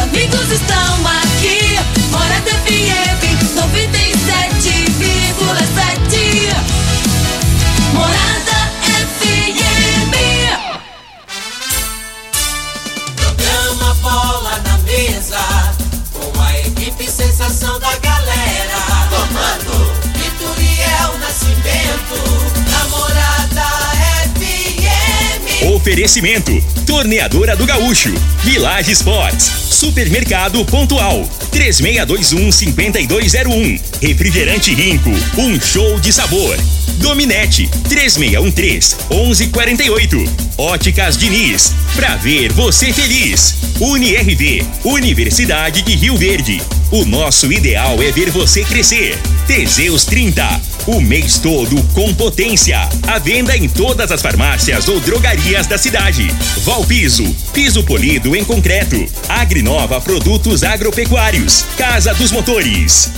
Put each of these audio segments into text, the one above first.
amigos estão aqui. Morada FM 97,7. Morada FM. Programa Bola na Mesa, com a equipe sensação da galera. Comando Vitoriel Nascimento, na Morada FM. Oferecimento: Torneadora do Gaúcho, Village Sports, Supermercado Pontual, 3621-5201, Refrigerante Rinco, um show de sabor. Dominete, 3613-1148. Óticas Diniz, pra ver você feliz. UniRV, Universidade de Rio Verde. O nosso ideal é ver você crescer. Teseus 30, o mês todo com potência. À venda em todas as farmácias ou drogarias da cidade. Valpiso, piso polido em concreto. Agrinova Produtos Agropecuários. Casa dos Motores.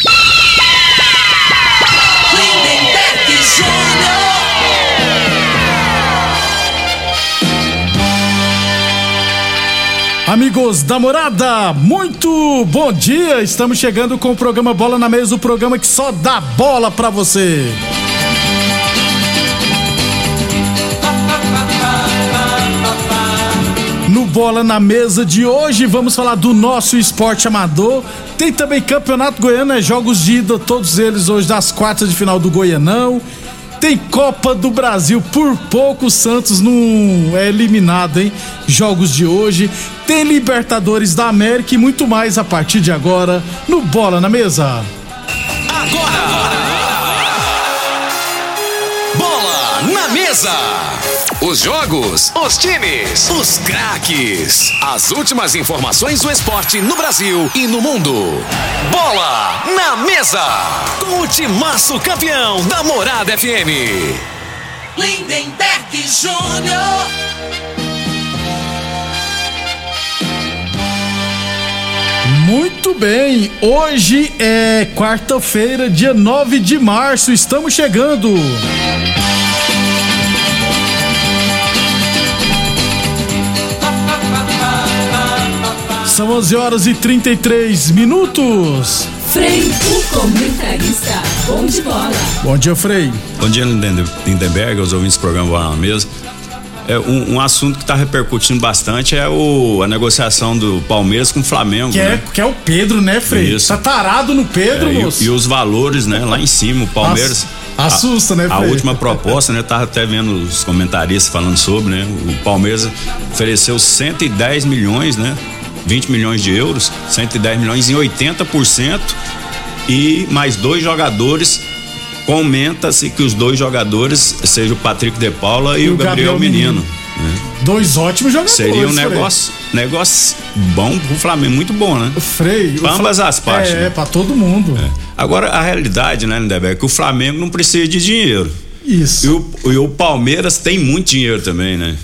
Lindenberg Júnior. Amigos da Morada, muito bom dia. Estamos chegando com o programa Bola na Mesa, o programa que só dá bola pra você. No Bola na Mesa de hoje, vamos falar do nosso esporte amador. Tem também Campeonato Goiano, jogos de ida, todos eles hoje das quartas de final do Goianão. Tem Copa do Brasil, por pouco o Santos não é eliminado, hein? Jogos de hoje. Tem Libertadores da América e muito mais a partir de agora no Bola na Mesa. Agora! Bola na Mesa! Os jogos, os times, os craques. As últimas informações do esporte no Brasil e no mundo. Bola na Mesa. Com o timaço campeão da Morada FM. Lindenberg Júnior. Muito bem, hoje é quarta-feira, dia 9 de março, estamos chegando. São 11h33. Frei, o comentarista, bom de bola. Bom dia, Frei. Bom dia, Lindenberg, aos ouvintes do programa Bola na Mesa. Um assunto que está repercutindo bastante é a negociação do Palmeiras com o Flamengo. Que é o Pedro, né, Frei? Isso. Tá tarado no Pedro, moço. E os valores, né, lá em cima, o Palmeiras... Assusta, né, Frei? A última proposta, né, tava até vendo os comentaristas falando sobre, né, o Palmeiras ofereceu 110 milhões, né, 20 milhões de euros, 110 milhões em 80% e mais 2 jogadores. Comenta-se que os 2 jogadores sejam o Patrick de Paula e o Gabriel Menino. Né? 2 ótimos jogadores. Seria um negócio bom pro Flamengo, muito bom, né? Frei. Pra ambas as partes. Né? Pra todo mundo. Agora, a realidade, né, Lindeberg, é que o Flamengo não precisa de dinheiro. Isso. E o Palmeiras tem muito dinheiro também, né?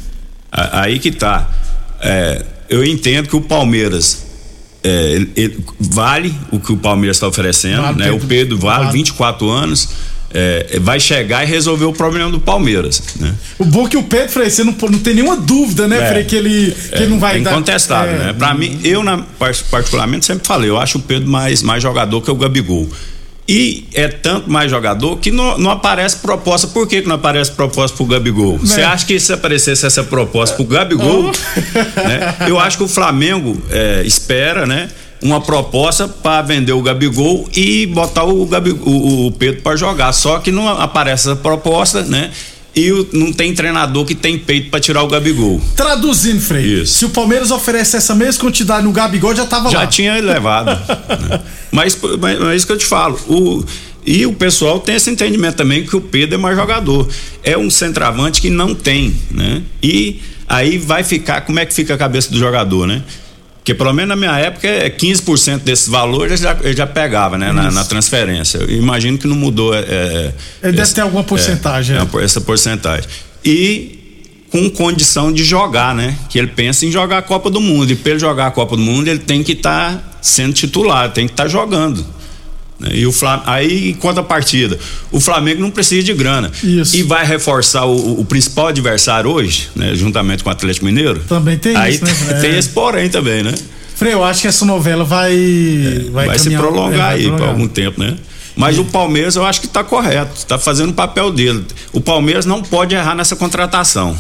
Aí que tá. Eu entendo que o Palmeiras ele vale o que o Palmeiras está oferecendo, vale, né? O Pedro vale 24 anos, vai chegar e resolver o problema do Palmeiras, né? O bom é que o Pedro, Frei, você não tem nenhuma dúvida, né, Frei, que ele não vai dar. Incontestável, né? Pra mim, particularmente sempre falei, eu acho o Pedro mais jogador que o Gabigol. E é tanto mais jogador que não aparece proposta. Por que não aparece proposta pro Gabigol? Você acha que se aparecesse essa proposta pro Gabigol, né? Eu acho que o Flamengo espera, né, uma proposta para vender o Gabigol e botar o Pedro para jogar. Só que não aparece essa proposta, né? E não tem treinador que tem peito pra tirar o Gabigol. Traduzindo, Frei, se o Palmeiras oferece essa mesma quantidade no Gabigol, já tava lá. Já tinha levado. Né? Mas é isso que eu te falo. E o pessoal tem esse entendimento também que o Pedro é mais jogador. É um centroavante que não tem, né? E aí vai ficar, como é que fica a cabeça do jogador, né? Porque pelo menos na minha época 15% desse valor ele já pegava, né, na transferência. Eu imagino que não mudou. Ele deve ter alguma porcentagem. Essa porcentagem. E com condição de jogar, né? Que ele pensa em jogar a Copa do Mundo. E para ele jogar a Copa do Mundo, ele tem que estar sendo titular, tem que estar jogando. E aí, enquanto a partida, o Flamengo não precisa de grana. Isso. E vai reforçar o principal adversário hoje, né, juntamente com o Atlético Mineiro. Também tem aí isso, né? Tem esse porém também, né? Frei, eu acho que essa novela vai se prolongar aí por algum tempo, né? Mas o Palmeiras eu acho que tá correto, tá fazendo o papel dele. O Palmeiras não pode errar nessa contratação.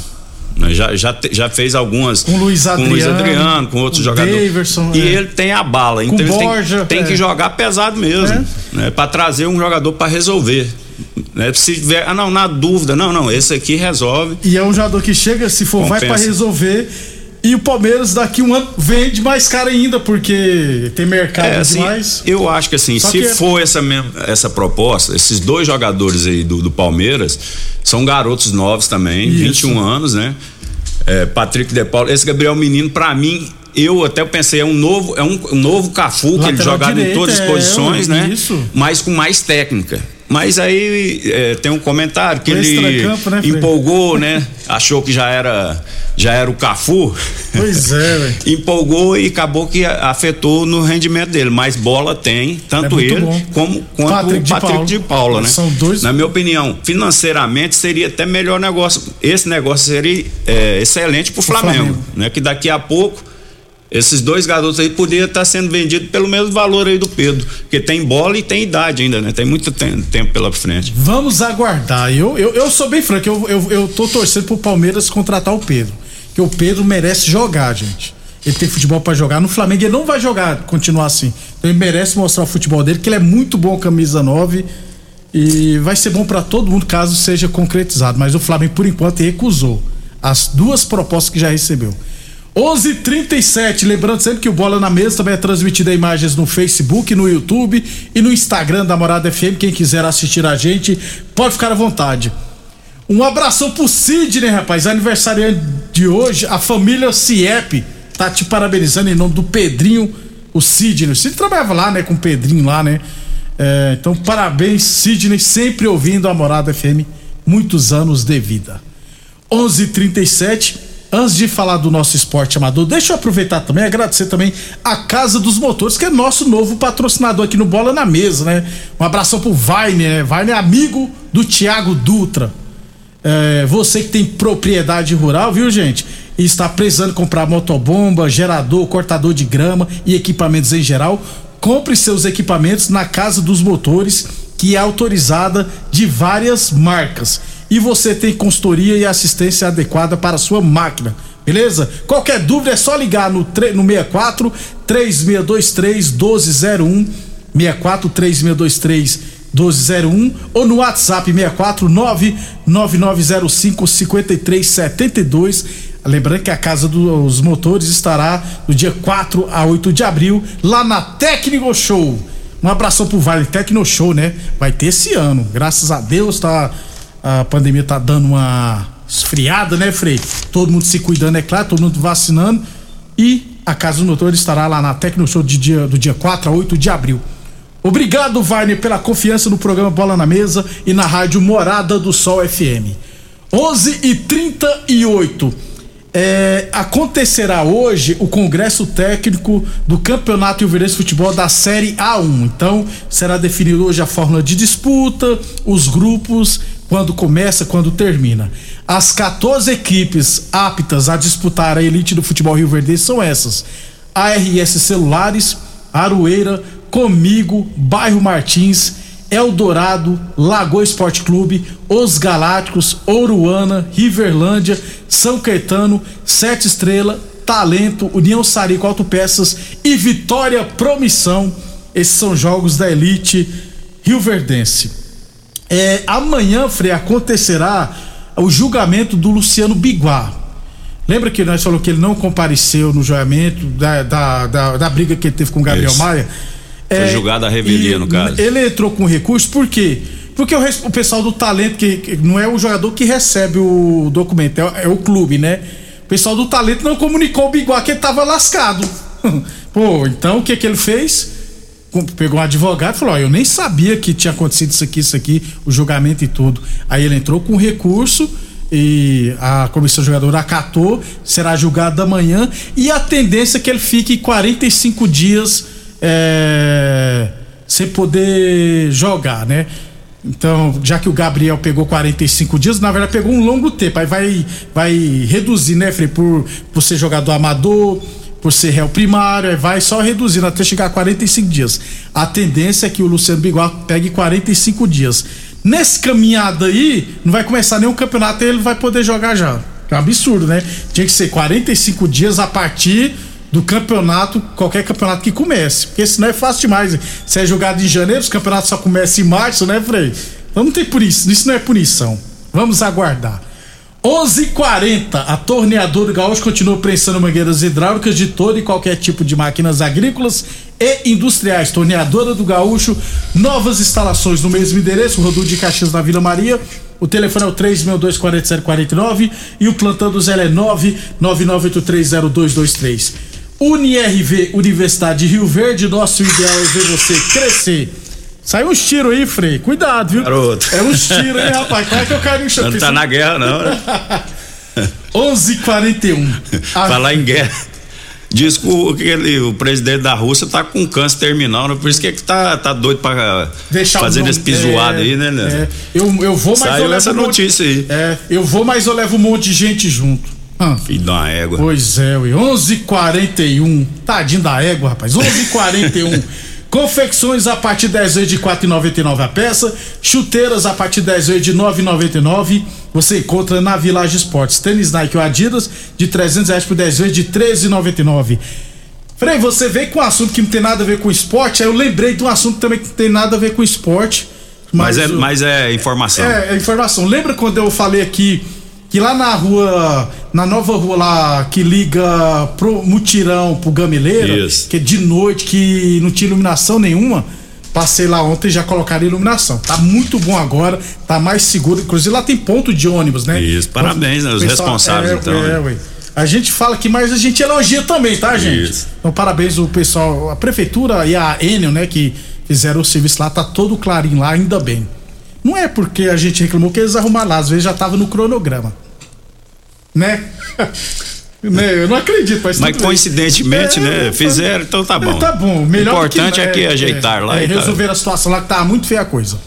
Já fez algumas com o Luiz Adriano, com outros jogadores. Daverson, e ele tem a bala, então ele Borja, tem que jogar pesado mesmo, né? Para trazer um jogador para resolver. Né? Se tiver, na dúvida, não, esse aqui resolve. E é um jogador que chega, se for, compensa. Vai para resolver. E o Palmeiras daqui um ano vende mais caro ainda, porque tem mercado demais. Eu acho que assim, for essa proposta, esses dois jogadores aí do Palmeiras são garotos novos também, 21 anos, né? Patrick de Paula, esse Gabriel Menino, pra mim, eu pensei, é um novo Cafu, lateral que ele jogava em todas as posições, né? Isso. Mas com mais técnica. Mas aí tem um comentário que ele empolgou, né? Achou que já era o Cafu. Pois é, velho. Empolgou e acabou que afetou no rendimento dele. Mas bola tem, tanto ele quanto o Patrick de Paula, né? São dois. Na minha opinião, financeiramente seria até melhor negócio. Esse negócio seria excelente pro Flamengo, né? Que daqui a pouco esses dois garotos aí poderiam estar sendo vendidos pelo mesmo valor aí do Pedro, porque tem bola e tem idade ainda, né? Tem muito tempo pela frente. Vamos aguardar. Eu sou bem franco, eu tô torcendo pro Palmeiras contratar o Pedro, que o Pedro merece jogar, gente. Ele tem futebol pra jogar. No Flamengo ele não vai continuar assim. Então ele merece mostrar o futebol dele, que ele é muito bom camisa 9 e vai ser bom pra todo mundo caso seja concretizado. Mas o Flamengo, por enquanto, recusou as duas propostas que já recebeu. 11h37, lembrando sempre que o Bola na Mesa também é transmitido em imagens no Facebook, no YouTube e no Instagram da Morada FM. Quem quiser assistir a gente, pode ficar à vontade. Um abração pro Sidney, rapaz, aniversariante de hoje. A família Ciep tá te parabenizando em nome do Pedrinho, o Sidney. O Sidney trabalhava lá, né, com o Pedrinho lá, né? Então, parabéns, Sidney, sempre ouvindo a Morada FM, muitos anos de vida. 11h37. Antes de falar do nosso esporte amador, deixa eu aproveitar também, agradecer também a Casa dos Motores, que é nosso novo patrocinador aqui no Bola na Mesa, né? Um abração pro Vainer, né? Vainer é amigo do Thiago Dutra. Você que tem propriedade rural, viu, gente? E está precisando comprar motobomba, gerador, cortador de grama e equipamentos em geral, compre seus equipamentos na Casa dos Motores, que é autorizada de várias marcas. E você tem consultoria e assistência adequada para a sua máquina, beleza? Qualquer dúvida é só ligar no 64 3623 1201, 64 3623 1201 ou no WhatsApp 64 99905 5372. Lembrando que a Casa dos Motores estará do dia 4 a 8 de abril lá na Tecno Show. Um abração pro Vale Tecno Show, né? Vai ter esse ano, graças a Deus, a pandemia tá dando uma esfriada, né, Frei? Todo mundo se cuidando, é claro, todo mundo vacinando. E a Casa do Motor estará lá na Tecno Show do dia 4 a 8 de abril. Obrigado, Wagner, pela confiança no programa Bola na Mesa e na rádio Morada do Sol FM. 11h38. Acontecerá hoje o congresso técnico do Campeonato Rioverdense de Futebol da Série A1. Então, será definido hoje a fórmula de disputa, os grupos, quando começa, quando termina. As 14 equipes aptas a disputar a elite do futebol rioverdense são essas: ARS Celulares, Aroeira, Comigo, Bairro Martins, Eldorado, Lagoa Esporte Clube, Os Galácticos, Ouruana, Riverlândia, São Caetano, Sete Estrela, Talento, União Sarico Autopeças e Vitória Promissão. Esses são jogos da elite rioverdense. Amanhã, Frei, acontecerá o julgamento do Luciano Biguá. Lembra que nós falamos que ele não compareceu no julgamento da briga que ele teve com o Gabriel Maia? Foi julgado a revelia, no caso. Ele entrou com recurso, por quê? Porque o pessoal do Talento, que não é o jogador que recebe o documento, é o clube, né? O pessoal do Talento não comunicou o Biguá que ele tava lascado. Pô, então o que ele fez? Pegou um advogado e falou: eu nem sabia que tinha acontecido isso aqui, o julgamento e tudo. Aí ele entrou com recurso e a comissão jogadora acatou, será julgado amanhã e a tendência é que ele fique 45 dias sem poder jogar, né? Então, já que o Gabriel pegou 45 dias, na verdade pegou um longo tempo, aí vai reduzir, né, Frei, por ser jogador amador, por ser réu primário, aí vai só reduzindo até chegar a 45 dias. A tendência é que o Luciano Bivar pegue 45 dias. Nesse caminhada aí, não vai começar nenhum campeonato e ele vai poder jogar já. É um absurdo, né? Tinha que ser 45 dias a partir do campeonato, qualquer campeonato que comece, porque senão é fácil demais. Se é jogado em janeiro, os campeonatos só começam em março, né, Frei? Então não tem por isso não é punição. Vamos aguardar. 11h40, a Torneadora Gaúcho continua prensando mangueiras hidráulicas de todo e qualquer tipo de máquinas agrícolas e industriais. Torneadora do Gaúcho, novas instalações no mesmo endereço, Rodul de Caxias na Vila Maria. O telefone é o 362-4749 e o plantão do Zé é 999830223. UniRV, Universidade de Rio Verde, nosso ideal é ver você crescer. Saiu uns tiros aí, Frei. Cuidado, viu? Garoto. É uns tiros aí, rapaz. Como é que eu caio no chão? Não tá na guerra, não, né? 11h41. Falar em guerra. Diz que o presidente da Rússia tá com câncer terminal, né? Por isso que tá doido pra fazendo esse pisoado aí, né? Eu vou, mas saiu essa notícia aí. Eu vou, mas eu levo um monte de gente junto. Filho de uma égua. Pois é, 11h41. Tadinho da égua, rapaz. 11h41. Confecções a partir de 10 vezes de R$4,99 a peça. Chuteiras a partir de 10 vezes de R$9,99. Você encontra na Village Esportes. Tênis Nike ou Adidas de R$300 por 10 vezes de R$13,99. Frei, você veio com um assunto que não tem nada a ver com esporte. Aí eu lembrei de um assunto também que não tem nada a ver com esporte. Mas é informação. É informação. Lembra quando eu falei aqui que lá na rua, na nova rua lá que liga pro Mutirão, pro Gameleira, isso, que é de noite, que não tinha iluminação nenhuma, passei lá ontem e já colocaram iluminação. Tá muito bom agora, tá mais seguro, inclusive lá tem ponto de ônibus, né? Isso, parabéns, né, os responsáveis então. Ué. A gente fala aqui, mas a gente elogia também, tá, gente? Isso. Então parabéns o pessoal, a prefeitura e a Enel, né, que fizeram o serviço lá, tá todo clarinho lá, ainda bem. Não é porque a gente reclamou que eles arrumaram lá, às vezes já tava no cronograma, né? Eu não acredito, mas coincidentemente, né? Fizeram, então tá bom. Tá bom, melhor. O importante é que ajeitar lá e resolver a situação lá, que tava muito feia a coisa.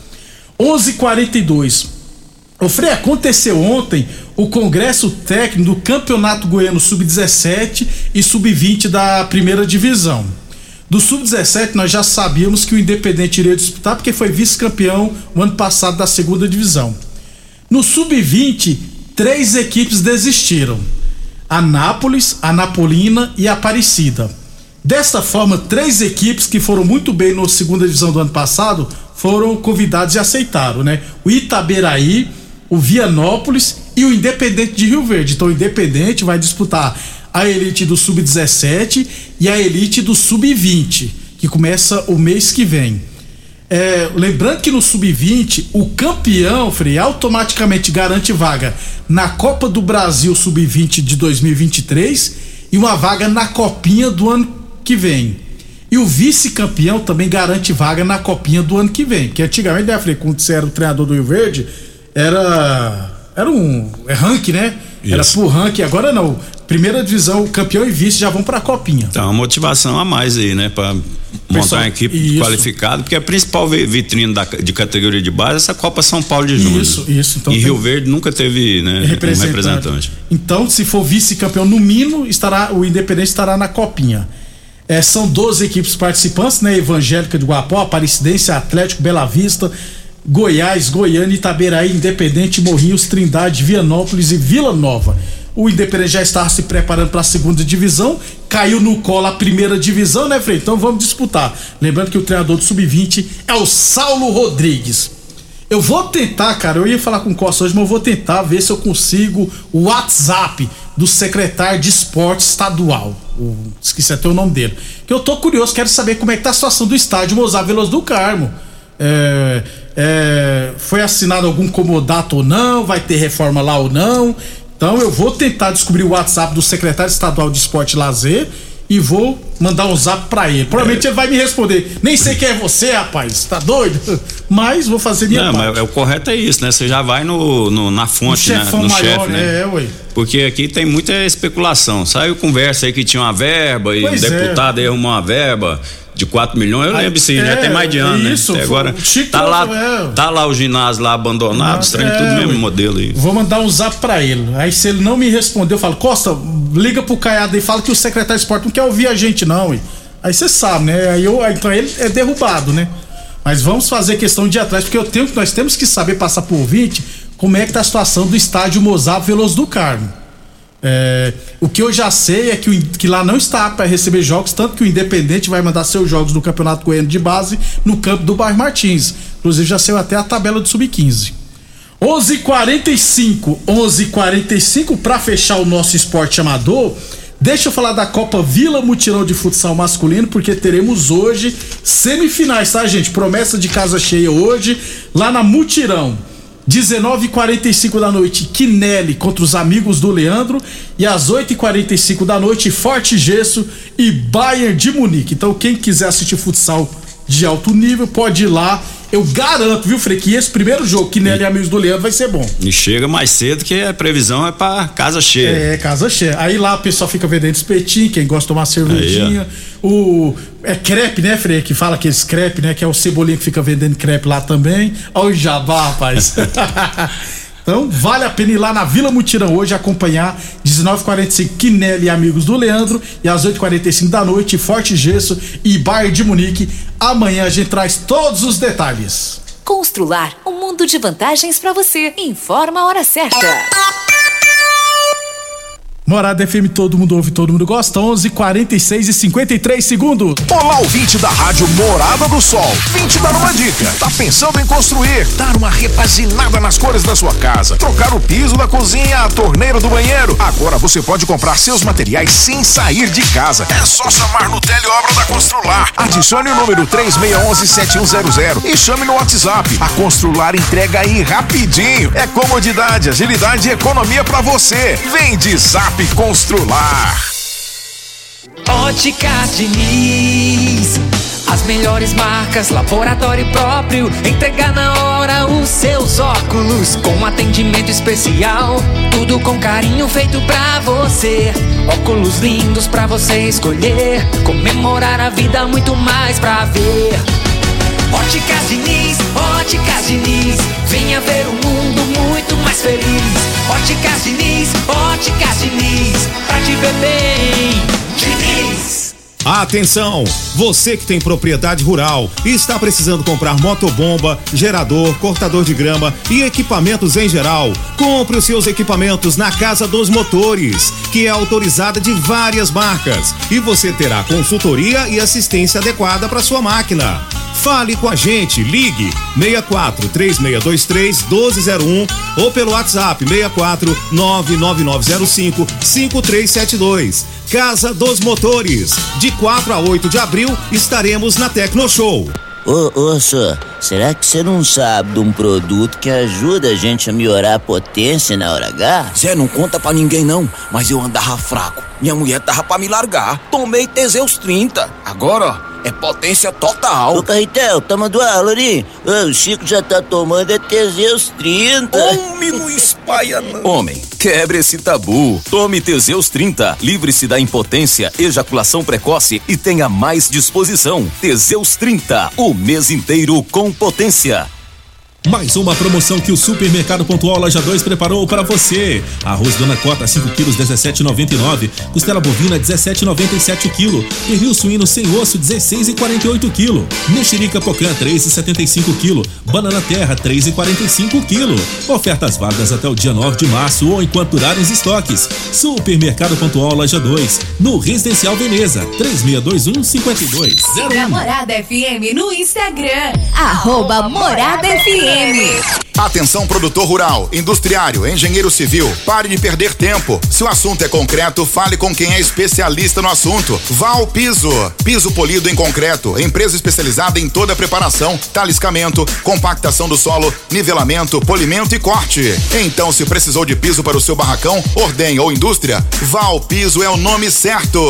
11h42. O Frei, aconteceu ontem o congresso técnico do Campeonato Goiano Sub-17 e Sub-20 da primeira divisão. Do Sub-17 nós já sabíamos que o Independente iria disputar porque foi vice-campeão o ano passado da segunda divisão. No Sub-20, 3 equipes desistiram: Anápolis, Anapolina e Aparecida. Desta forma, 3 equipes que foram muito bem na segunda divisão do ano passado foram convidados e aceitaram, né? O Itaberaí, o Vianópolis e o Independente de Rio Verde. Então o Independente vai disputar a elite do Sub-17 e a elite do Sub-20, que começa o mês que vem. Lembrando que no Sub-20, o campeão, Frei, automaticamente garante vaga na Copa do Brasil Sub-20 de 2023 e uma vaga na Copinha do ano que vem. E o vice-campeão também garante vaga na Copinha do ano que vem. Porque antigamente, né, Frei, quando você era o treinador do Rio Verde, era um ranking, né? Isso. Era por ranking, agora não. Primeira divisão, o campeão e vice já vão pra Copinha. Então, uma motivação a mais aí, né? Pra montar uma equipe qualificada, porque a principal vitrine de categoria de base é essa Copa São Paulo de Júnior. Isso. Então, e Rio Verde nunca teve, né, um representante. Então, se for vice-campeão, no mínimo, o Independente estará na Copinha. São 12 equipes participantes, né? Evangélica de Guapó, Aparecidense, Atlético, Bela Vista, Goiás, Goiânia, Itaberaí, Independente, Morrinhos, Trindade, Vianópolis e Vila Nova. O Independente já está se preparando para a segunda divisão, caiu no colo a primeira divisão, né, Frei? Então vamos disputar. Lembrando que o treinador do Sub-20 é o Saulo Rodrigues. Eu vou tentar, cara, eu ia falar com o Costa hoje, mas eu vou tentar ver se eu consigo o WhatsApp do secretário de esporte estadual. Esqueci até o nome dele. Que eu tô curioso, quero saber como é que tá a situação do estádio Mozar Veloso do Carmo. Foi assinado algum comodato ou não? Vai ter reforma lá ou não? Então eu vou tentar descobrir o WhatsApp do secretário estadual de Esporte e Lazer e vou mandar um zap pra ele. Provavelmente ele vai me responder. Nem sei quem é você, rapaz. Tá doido? Mas vou fazer minha parte. Mas o correto é isso, né? Você já vai na fonte, né? No chefe, né? Ué. Porque aqui tem muita especulação. Saiu conversa aí que tinha uma verba e o deputado aí arrumou uma verba de 4 milhões, eu lembro sim, já tem mais de ano, isso, né? Até agora Chico tá lá o ginásio lá abandonado, estranho, tudo mesmo modelo aí. Vou mandar um zap pra ele. Aí se ele não me responder, eu falo, Costa, liga pro Caiado e fala que o secretário de esporte não quer ouvir a gente não. Aí você sabe, né? Então ele é derrubado, né? Mas vamos fazer questão de ir atrás, porque nós temos que saber passar pro ouvinte como é que tá a situação do estádio Mozart Veloso do Carmo. O que eu já sei é que lá não está para receber jogos, tanto que o Independente vai mandar seus jogos do Campeonato Goiano de Base no campo do Bairro Martins. Inclusive já saiu até a tabela do Sub-15. 11:45 para fechar o nosso esporte amador. Deixa eu falar da Copa Vila Mutirão de Futsal Masculino, porque teremos hoje semifinais, tá, gente? Promessa de casa cheia hoje, lá na Mutirão. 19h45 da noite, Quinelli contra os amigos do Leandro. E às 8h45 da noite, Forte Gesso e Bayern de Munique. Então, quem quiser assistir futsal de alto nível, pode ir lá. Eu garanto, viu, Frei, que esse primeiro jogo, Quinelli e amigos do Leandro, vai ser bom. E chega mais cedo, que a previsão é pra casa cheia. Casa cheia. Aí lá o pessoal fica vendendo espetinho, quem gosta de tomar cervejinha. É crepe, né, Frei? Que fala aqueles crepe, né? Que é o Cebolinha que fica vendendo crepe lá também. Olha o jabá, rapaz. Então, vale a pena ir lá na Vila Mutirão hoje acompanhar 19h45 Quinelli e amigos do Leandro e às 8h45 da noite Forte Gesso e Bayern de Munique. Amanhã a gente traz todos os detalhes. Constrular um mundo de vantagens para você. Informa a hora certa. Morada FM, todo mundo ouve, todo mundo gosta. 11:46:53. Olá, ouvinte da rádio Morada do Sol. Vim te dar uma dica. Tá pensando em construir, dar uma repaginada nas cores da sua casa, trocar o piso da cozinha, a torneira do banheiro? Agora você pode comprar seus materiais sem sair de casa. É só chamar no Teleobra da Constrular. Adicione o número 3611-7100 e chame no WhatsApp. A Constrular entrega aí rapidinho. É comodidade, agilidade e economia pra você. Vem de Zap Constrular. Óticas Diniz, as melhores marcas, laboratório próprio, entregar na hora os seus óculos, com atendimento especial, tudo com carinho feito pra você. Óculos lindos pra você escolher, comemorar a vida, muito mais pra ver. Óticas Diniz, Óticas Diniz, venha ver um mundo muito mais feliz. Óticas Diniz, Óticas Diniz, pra te ver bem, Diniz. Atenção, você que tem propriedade rural e está precisando comprar motobomba, gerador, cortador de grama e equipamentos em geral, compre os seus equipamentos na Casa dos Motores, que é autorizada de várias marcas, e você terá consultoria e assistência adequada para sua máquina. Fale com a gente, ligue 64-3623-1201 ou pelo WhatsApp 64-99905-5372. Casa dos Motores, de 4 a 8 de abril estaremos na Tecnoshow. Ô, senhor, será que você não sabe de um produto que ajuda a gente a melhorar a potência na hora H? Zé, não conta pra ninguém não, mas eu andava fraco. Minha mulher tava pra me largar. Tomei Teseus 30. Agora, ó, é potência total. Ô, Carretel, tá mandando aula ali? O Chico já tá tomando Teseus 30. Homem, não espalha não. Homem, quebre esse tabu. Tome Teseus 30. Livre-se da impotência, ejaculação precoce e tenha mais disposição. Teseus 30. O mês inteiro com potência. Mais uma promoção que o Supermercado Pontual Loja 2 preparou para você. Arroz Dona Cota 5 quilos 17,99. Costela bovina 17,97 o quilo. Pernil suíno sem osso 16,48 o quilo. Mexerica Pocã 3,75 o quilo. Banana Terra 3,45 o quilo. Ofertas válidas até o dia 9 de março ou enquanto durarem os estoques. Supermercado Pontual Loja 2, no Residencial Veneza, 3621-5201. Morada FM no Instagram, @Morada FM. Atenção, produtor rural, industriário, engenheiro civil, pare de perder tempo. Se o assunto é concreto, fale com quem é especialista no assunto. Val Piso, piso polido em concreto, empresa especializada em toda a preparação, taliscamento, compactação do solo, nivelamento, polimento e corte. Então, se precisou de piso para o seu barracão, ordem ou indústria, Val Piso é o nome certo.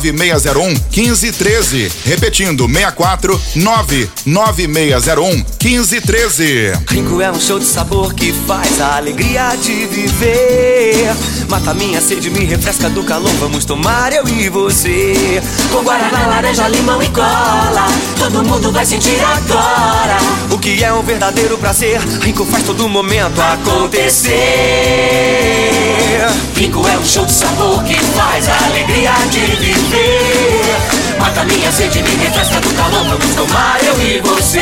64-99601-1513. Repetindo, 64-99601-1513. 1513. Rinco é um show de sabor que faz a alegria de viver. Mata minha sede, me refresca do calor. Vamos tomar eu e você. Com guaraná, laranja, limão e cola, todo mundo vai sentir agora o que é um verdadeiro prazer. Rinco faz todo momento acontecer. Rinco é um show de sabor que faz a alegria de viver. Mata minha sede, me refresca do calor. Vamos tomar eu e você.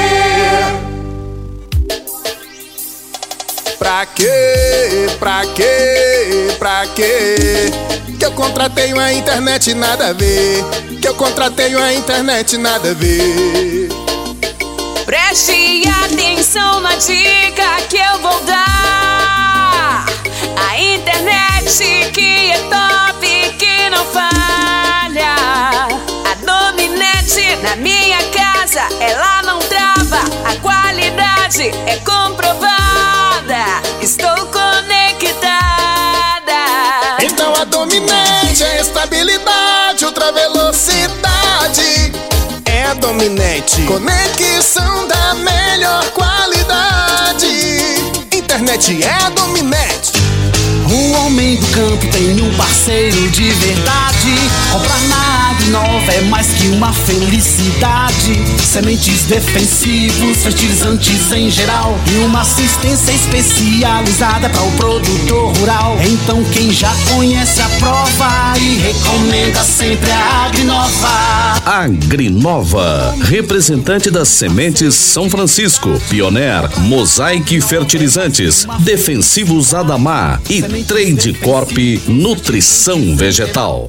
Pra quê? Pra quê? Pra quê? Que eu contratei uma internet nada a ver. Que eu contratei uma internet nada a ver. Preste atenção na dica que eu vou dar. A internet que é top, que não falha. A Dominete na minha casa, ela não trava. A qualidade é comprovada. Estou conectada. Então a Dominete é estabilidade, ultra velocidade. É a Dominete, conexão da melhor qualidade. Internet é a Dominete. O homem do campo tem um parceiro de verdade. Comprar na Agrinova é mais que uma felicidade. Sementes defensivos, fertilizantes em geral e uma assistência especializada para o produtor rural. Então quem já conhece a prova e recomenda sempre a Agrinova. Agrinova, representante das sementes São Francisco, Pioneer, Mosaic Fertilizantes, Defensivos Adamar e Trade Corp Nutrição Vegetal.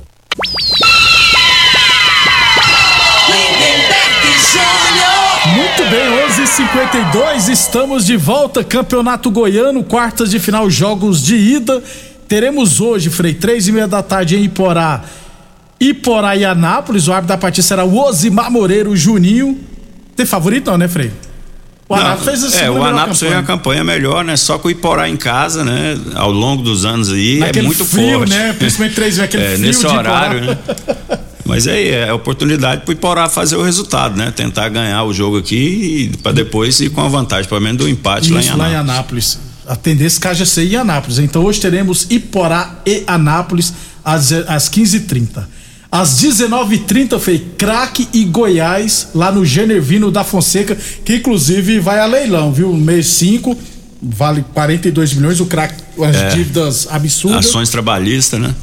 Muito bem, 11h52, estamos de volta, Campeonato Goiano, quartas de final, jogos de ida. Teremos hoje, Frei, 3h30 da tarde em Iporá e Anápolis. O árbitro da partida será o Osimar Moreira, o Juninho. Tem favorito não, né, Frei? O Anápolis fez o Anápolis fez uma campanha melhor, né? Só que o Iporá em casa, né? Ao longo dos anos aí, é muito frio, forte. né? Principalmente 3 aquele frio nesse de horário, Iporá. né? Mas aí é a oportunidade pro Iporá fazer o resultado, né? Tentar ganhar o jogo aqui e para depois ir com a vantagem, pelo menos do empate. Isso, lá em Anápolis. A tendência KGC e Anápolis. Então hoje teremos Iporá e Anápolis às 15h30. Às 19h30 foi Craque e Goiás, lá no Genervino da Fonseca, que inclusive vai a leilão, viu? Mês 5, vale 42 milhões, o Craque, as dívidas absurdas. Ações trabalhistas, né?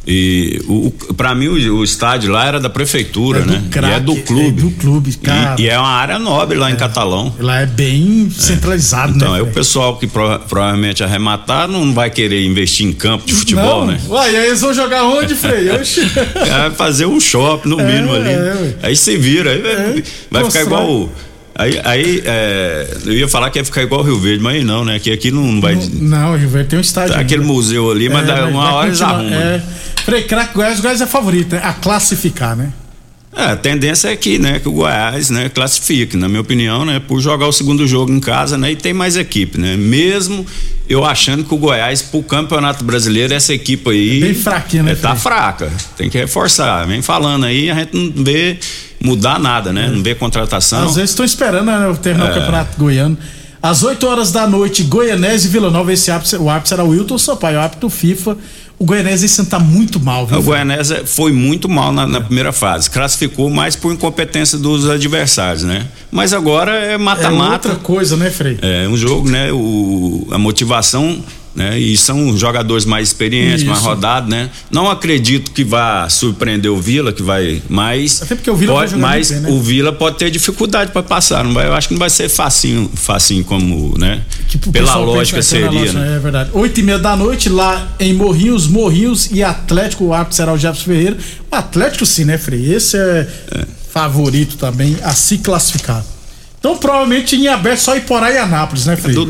E pra mim o estádio lá era da prefeitura, né? Craque, e é do clube. É do clube, cara. E é uma área nobre lá em Catalão. Lá é bem centralizado, então, né? Então, o pessoal que provavelmente arrematar não vai querer investir em campo de futebol, né? Uai, aí eles vão jogar onde, Frei? Vai fazer um shopping no mínimo ali. Aí se vira, aí vai ficar igual. Aí eu ia falar que ia ficar igual o Rio Verde, mas não, né? Que aqui não vai. Não, o Rio Verde tem um estádio. Tá aquele museu ali, mas uma hora eles arrumam. Frei, Craque, Goiás é favorito, né? A classificar, né? A tendência é que o Goiás, né, classifique, na minha opinião, né, por jogar o segundo jogo em casa, né, e tem mais equipe, né, mesmo eu achando que o Goiás, pro Campeonato Brasileiro, essa equipe aí bem fraquinha, né, tá fraca, tem que reforçar, vem falando aí, a gente não vê mudar nada, né, não vê contratação. Às vezes estão esperando, né, terminar o Campeonato Goiano. Às 8h da noite, Goianese e Vila Nova, o árbitro será o Wilton Sampaio, o árbitro FIFA. O Goianese esse ano tá muito mal, viu? O Goianese foi muito mal na primeira fase. Classificou mais por incompetência dos adversários, né? Mas agora é mata-mata. É outra coisa, né, Frei? É um jogo, né? A motivação, né? E são jogadores mais experientes, mais rodados, né? Não acredito que vá surpreender o Vila, que vai mais. Até porque o Vila vai jogar mas bem, né? o Vila pode ter dificuldade para passar. Não vai, eu acho que não vai ser facinho como, né? Pela lógica seria, né? É verdade. 8h30 da noite lá em Morrinhos e Atlético, o árbitro será o Jefferson Ferreira. O Atlético sim, né, Frei? Esse é favorito também a se classificar. Então, provavelmente em aberto só Iporá e Anápolis, né, Frei?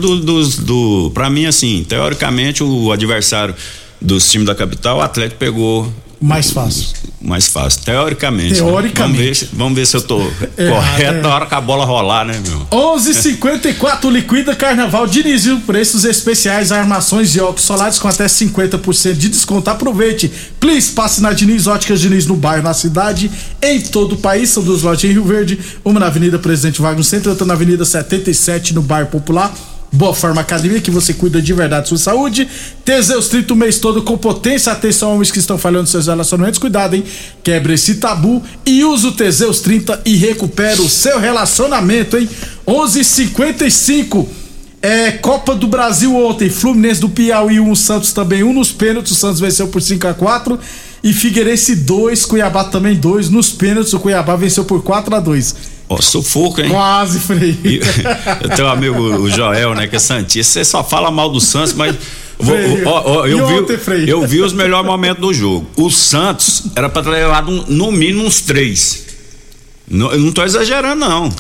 Pra mim, assim, teoricamente, o adversário dos times da capital, o Atlético pegou Mais fácil. Mais fácil, teoricamente. Vamos ver se eu tô correto na hora que a bola rolar, né, meu? 11:54 liquida Carnaval Diniz, viu? Preços especiais, armações e óculos solares com até 50% de desconto. Aproveite. Please, passe na Diniz, Óticas Diniz no bairro, na cidade, em todo o país. São 2 lojas em Rio Verde, uma na Avenida Presidente Vargas no centro, outra na Avenida 77 no bairro Popular. Boa Forma Academia, que você cuida de verdade da sua saúde. Teseus 30 o mês todo com potência. Atenção, homens que estão falhando seus relacionamentos, cuidado, hein? Quebre esse tabu e use o Teseus 30 e recupera o seu relacionamento, hein? 11:55. Copa do Brasil ontem, Fluminense do Piauí 1, Santos também 1 nos pênaltis. O Santos venceu por 5-4. E Figueirense 2, Cuiabá também 2 nos pênaltis. O Cuiabá venceu por 4-2. Sufoco, hein? Quase, Frei. Eu tenho um amigo, o Joel, né, que é santista. Você só fala mal do Santos, mas eu vi os melhores momentos do jogo. O Santos era pra ter levado no mínimo uns 3. Eu não tô exagerando, não.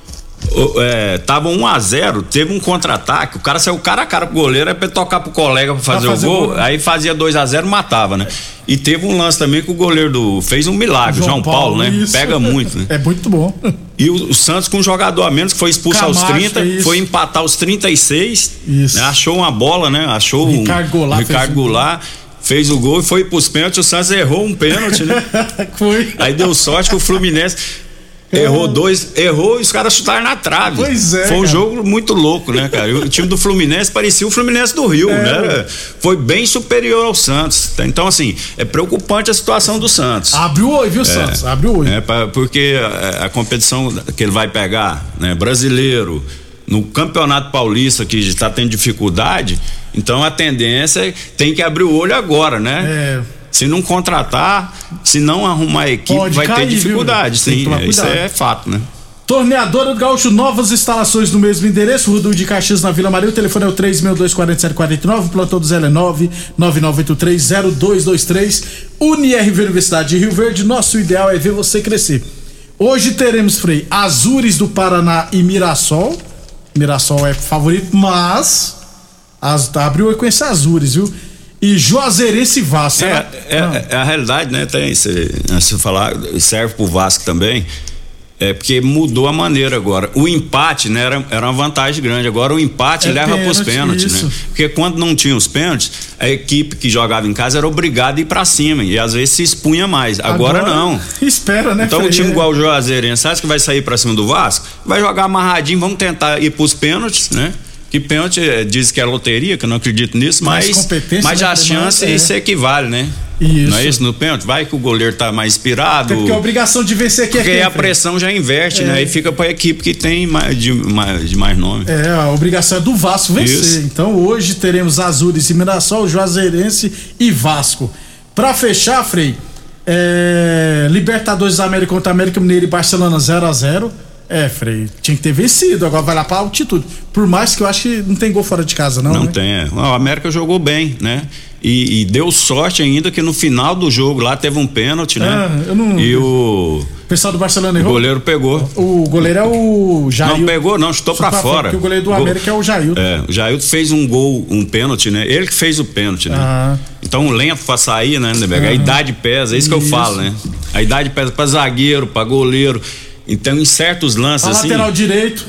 Tava 1-0, teve um contra-ataque, o cara saiu cara a cara pro goleiro, pra tocar pro colega pra fazer o gol, aí fazia 2-0, matava, né? E teve um lance também que o goleiro fez um milagre, João Paulo, né? Isso. Pega muito, né? É muito bom. E o Santos com um jogador a menos, que foi expulso aos 30, foi empatar aos 36, né? Achou uma bola, né? Achou o Ricardo Goulart, fez o gol e foi pros pênaltis. O Santos errou um pênalti, né? Foi. Aí deu sorte que o Fluminense errou e os caras chutaram na trave. Pois é. Foi um jogo muito louco, né, cara? O time do Fluminense parecia o Fluminense do Rio, né? Foi bem superior ao Santos. Então, assim, é preocupante a situação do Santos. Abre o olho, viu, Santos? Abre o olho. Porque a competição que ele vai pegar, né, brasileiro, no Campeonato Paulista, que está tendo dificuldade, então a tendência tem que abrir o olho agora, né? Se não contratar, se não arrumar a equipe, vai ter dificuldade, sim. Isso é fato, né? Torneadora do Gaúcho, novas instalações no mesmo endereço, Rua de Caxias, na Vila Maria. O telefone é o 3624749, o plantão do Zé é 999830223. UniRV Universidade de Rio Verde, nosso ideal é ver você crescer. Hoje teremos, Frei, Azures do Paraná e Mirassol. Mirassol é favorito, mas abriu com esse Azures, viu? E Juazeirense e Vasco. A realidade, né? Tem, se falar, serve pro Vasco também. Porque mudou a maneira agora. O empate, né, era uma vantagem grande. Agora o empate leva pros pênaltis, né? Porque quando não tinha os pênaltis, a equipe que jogava em casa era obrigada a ir pra cima. E às vezes se expunha mais. Agora não. Espera, né? Então o time igual o Juazeirense, acho que vai sair pra cima do Vasco, vai jogar amarradinho, vamos tentar ir pros pênaltis, né? Que pênalti diz que é loteria, que eu não acredito nisso, mas a chance se equivale, né? Isso. Não é isso? No pênalti, vai que o goleiro tá mais inspirado. Porque a obrigação de vencer aqui porque a pressão já inverte, né? E fica pra equipe que tem de mais nome. A obrigação é do Vasco vencer. Isso. Então hoje teremos Azures e Mirassol, Juazeirense e Vasco. Pra fechar, Frei, Libertadores da América contra América Mineiro e Barcelona 0-0. Frei, tinha que ter vencido, agora vai lá pra altitude. Por mais que eu acho que não tem gol fora de casa, não. Não, né? Tem. O América jogou bem, né? E deu sorte ainda que no final do jogo lá teve um pênalti, né? O pessoal do Barcelona errou? O goleiro pegou. O goleiro é o Jair. Não pegou, não, chutou pra fora. Porque o goleiro do América é o Jair. O Jair fez um gol, um pênalti, né? Ele que fez o pênalti, né? Então lento pra sair, né? A idade pesa, é isso que eu falo, né? A idade pesa pra zagueiro, pra goleiro. Então, em certos lances assim. Lateral direito.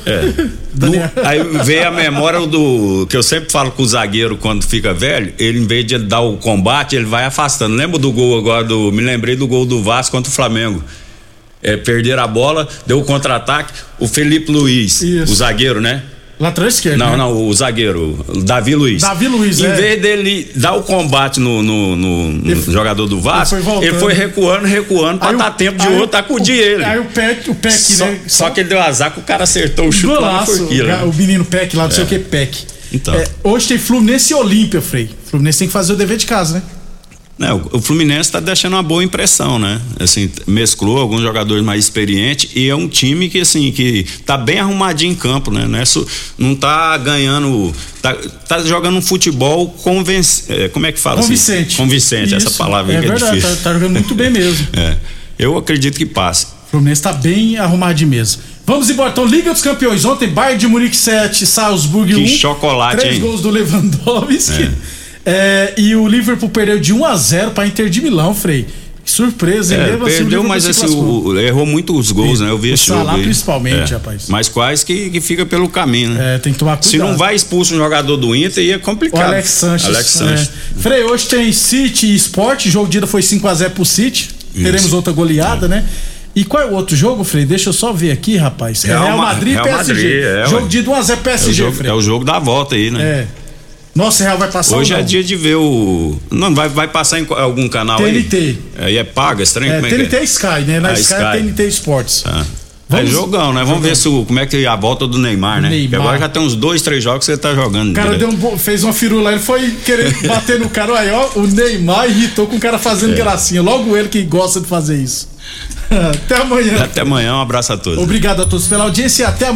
Aí veio a memória do que eu sempre falo com o zagueiro quando fica velho, ele em vez de dar o combate, ele vai afastando. Lembra do gol agora me lembrei do gol do Vasco contra o Flamengo. Perderam a bola, deu o contra-ataque, o Felipe Luiz, o zagueiro, né? Lateral esquerdo. Não, o zagueiro, o Davi Luiz. Em vez dele dar o combate no jogador do Vasco, ele foi recuando pra dar tempo de outro acudir ele. Aí o Peck, né? Só que ele deu azar que o cara acertou o chute lá na forquilha. O menino Peck lá, não sei o que, Peck. Então. Hoje tem Fluminense e Olímpia, Frei. O Fluminense tem que fazer o dever de casa, né? O Fluminense tá deixando uma boa impressão, né? Assim, mesclou alguns jogadores mais experientes e é um time que, assim, que tá bem arrumadinho em campo, né? Não tá ganhando, tá jogando um futebol como é que fala? Convincente, essa palavra que é verdade, difícil. Tá jogando muito bem mesmo. Eu acredito que passe. O Fluminense tá bem arrumadinho mesmo. Vamos embora, então Liga dos Campeões, ontem Bayern de Munique 7, Salzburg 1. Que chocolate, 3 gols do Lewandowski. E o Liverpool perdeu de 1-0 pra Inter de Milão, Frei. Surpresa, hein? Perdeu, mas assim, errou muitos gols, né? Eu vi esse jogo. O Salah principalmente, rapaz. Mas quase que fica pelo caminho, né? Tem que tomar cuidado. Se não vai expulso um jogador do Inter, ia complicado. O Alex Sanches. Frei, hoje tem City e Sport, jogo de ida foi 5-0 pro City. Isso. Teremos outra goleada, né? E qual é o outro jogo, Frei? Deixa eu só ver aqui, rapaz. Real Madrid e PSG. Jogo de ida 1-0 PSG, Frei. É o jogo da volta aí, né? Nossa, Real vai passar hoje é dia de ver Não, vai passar em algum canal TNT. Aí? É paga, estranho? TNT é Sky, né? Na Sky é TNT Sports. É jogão, né? Vamos ver como é que a volta do Neymar, né? Porque agora já tem uns 2-3 jogos que ele tá jogando. O cara fez uma firula, ele foi querer bater no cara. Aí, ó, o Neymar irritou com o cara fazendo gracinha. Logo ele que gosta de fazer isso. Até amanhã. Até amanhã, um abraço a todos. Obrigado a todos pela audiência e até amanhã.